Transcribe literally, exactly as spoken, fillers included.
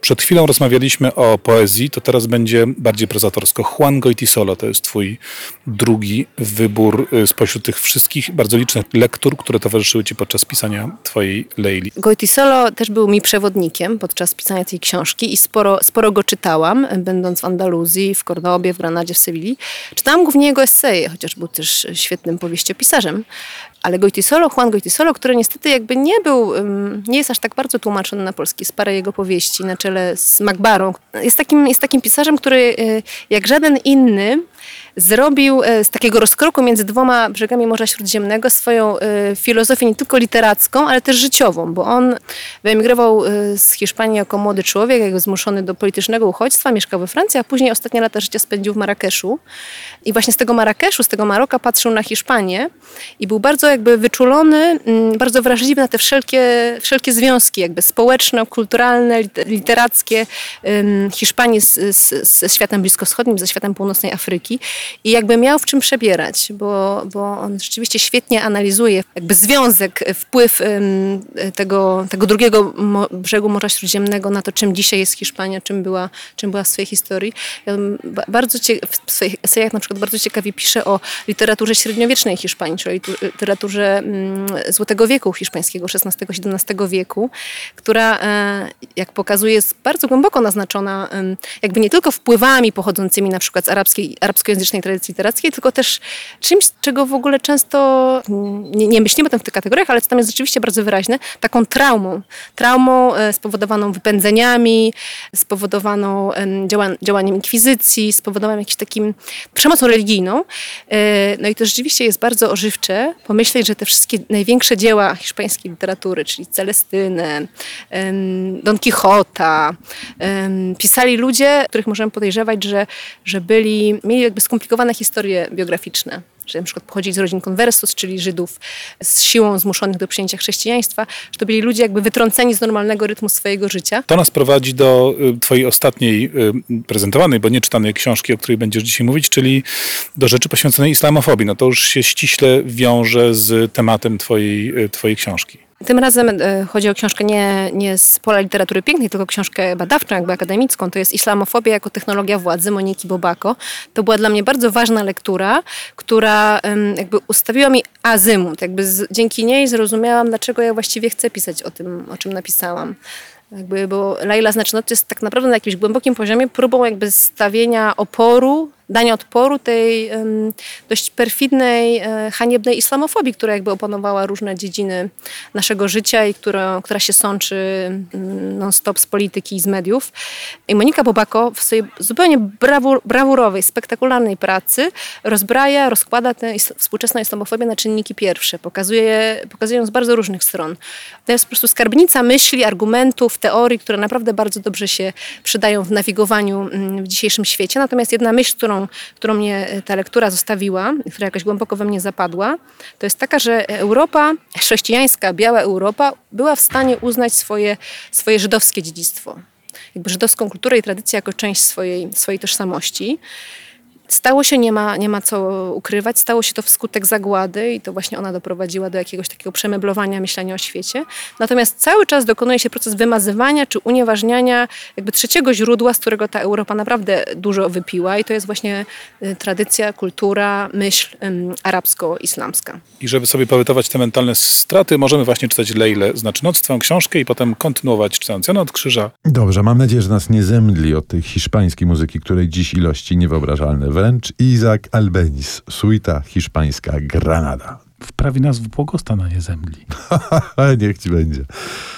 Przed chwilą rozmawialiśmy o poezji, to teraz będzie bardziej prozatorsko. Juan Goytisolo to jest twój drugi wybór spośród tych wszystkich bardzo licznych lektur, które towarzyszyły ci podczas pisania twojej Leili. Goytisolo też był mi przewodnikiem podczas pisania tej książki i sporo, sporo go czytałam, będąc w Andaluzji, w Kordobie, w Granadzie, w Sewilli. Czytałam głównie jego eseje, chociaż był też świetnym powieściopisarzem. Ale Goytisolo, Juan Goytisolo, który niestety jakby nie był, nie jest aż tak bardzo tłumaczony na polski. Jest parę jego powieści na czele z Magbarą. Jest takim, jest takim pisarzem, który jak żaden inny zrobił z takiego rozkroku między dwoma brzegami Morza Śródziemnego swoją filozofię nie tylko literacką, ale też życiową, bo on wyemigrował z Hiszpanii jako młody człowiek, jakby zmuszony do politycznego uchodźstwa, mieszkał we Francji, a później ostatnie lata życia spędził w Marrakeszu. I właśnie z tego Marrakeszu, z tego Maroka patrzył na Hiszpanię i był bardzo jakby wyczulony, bardzo wrażliwy na te wszelkie, wszelkie związki jakby społeczno-kulturalne, literackie Hiszpanii z, z, ze światem bliskowschodnim, ze światem północnej Afryki. I jakby miał w czym przebierać, bo, bo on rzeczywiście świetnie analizuje jakby związek, wpływ um, tego, tego drugiego mo- brzegu Morza Śródziemnego na to, czym dzisiaj jest Hiszpania, czym była, czym była w swojej historii. Um, bardzo cie- w swoich esejach na przykład bardzo ciekawie pisze o literaturze średniowiecznej Hiszpanii, czyli literaturze um, Złotego Wieku hiszpańskiego, szesnastego siedemnastego wieku, która, e, jak pokazuje, jest bardzo głęboko naznaczona um, jakby nie tylko wpływami pochodzącymi na przykład z arabskiej, arabskojęzycznej tradycji literackiej, tylko też czymś, czego w ogóle często nie, nie myślimy o tym w tych kategoriach, ale co tam jest rzeczywiście bardzo wyraźne, taką traumą. Traumą e, spowodowaną wypędzeniami, spowodowaną e, działa, działaniem inkwizycji, spowodowaną jakimś takim przemocą religijną. E, no i to rzeczywiście jest bardzo ożywcze pomyśleć, że te wszystkie największe dzieła hiszpańskiej literatury, czyli Celestynę, e, Don Quixota, e, pisali ludzie, których możemy podejrzewać, że, że byli, mieli jakby skomplikowane historie biograficzne. Że na przykład pochodzili z rodzin conversos, czyli Żydów z siłą zmuszonych do przyjęcia chrześcijaństwa, że to byli ludzie jakby wytrąceni z normalnego rytmu swojego życia. To nas prowadzi do y, twojej ostatniej y, prezentowanej, bo nie czytanej książki, o której będziesz dzisiaj mówić, czyli do rzeczy poświęconej islamofobii. No to już się ściśle wiąże z tematem twojej, y, twojej książki. Tym razem e, chodzi o książkę nie, nie z pola literatury pięknej, tylko książkę badawczą, jakby akademicką. To jest Islamofobia jako technologia władzy Moniki Bobako. To była dla mnie bardzo ważna lektura, która em, jakby ustawiła mi azymut. Jakby z, dzięki niej zrozumiałam, dlaczego ja właściwie chcę pisać o tym, o czym napisałam. Jakby, bo Leila Znaczy to jest tak naprawdę na jakimś głębokim poziomie próbą jakby stawienia oporu, dania odporu tej um, dość perfidnej, e, haniebnej islamofobii, która jakby opanowała różne dziedziny naszego życia i która, która się sączy um, non-stop z polityki i z mediów. I Monika Bobako w swojej zupełnie brawur, brawurowej, spektakularnej pracy rozbraja, rozkłada tę is- współczesną islamofobię na czynniki pierwsze. Pokazuje, pokazuje ją z bardzo różnych stron. To jest po prostu skarbnica myśli, argumentów, teorii, które naprawdę bardzo dobrze się przydają w nawigowaniu w dzisiejszym świecie. Natomiast jedna myśl, którą, którą mnie ta lektura zostawiła, która jakoś głęboko we mnie zapadła, to jest taka, że Europa, chrześcijańska, biała Europa była w stanie uznać swoje, swoje żydowskie dziedzictwo. Jakby żydowską kulturę i tradycję jako część swojej, swojej tożsamości. Stało się, nie ma, nie ma co ukrywać, stało się to wskutek zagłady i to właśnie ona doprowadziła do jakiegoś takiego przemeblowania myślenia o świecie. Natomiast cały czas dokonuje się proces wymazywania czy unieważniania jakby trzeciego źródła, z którego ta Europa naprawdę dużo wypiła i to jest właśnie tradycja, kultura, myśl um, arabsko-islamska. I żeby sobie powytować te mentalne straty, możemy właśnie czytać Leilę Znaczy Noc, twoją książkę i potem kontynuować czytając Jana od Krzyża. Dobrze, mam nadzieję, że nas nie zemdli od tej hiszpańskiej muzyki, której dziś ilości niewyobrażalne. Wręcz Isaac Albeniz, suita hiszpańska Granada. Wprawi nas w błogostan, a nie zemdli. Niech ci będzie.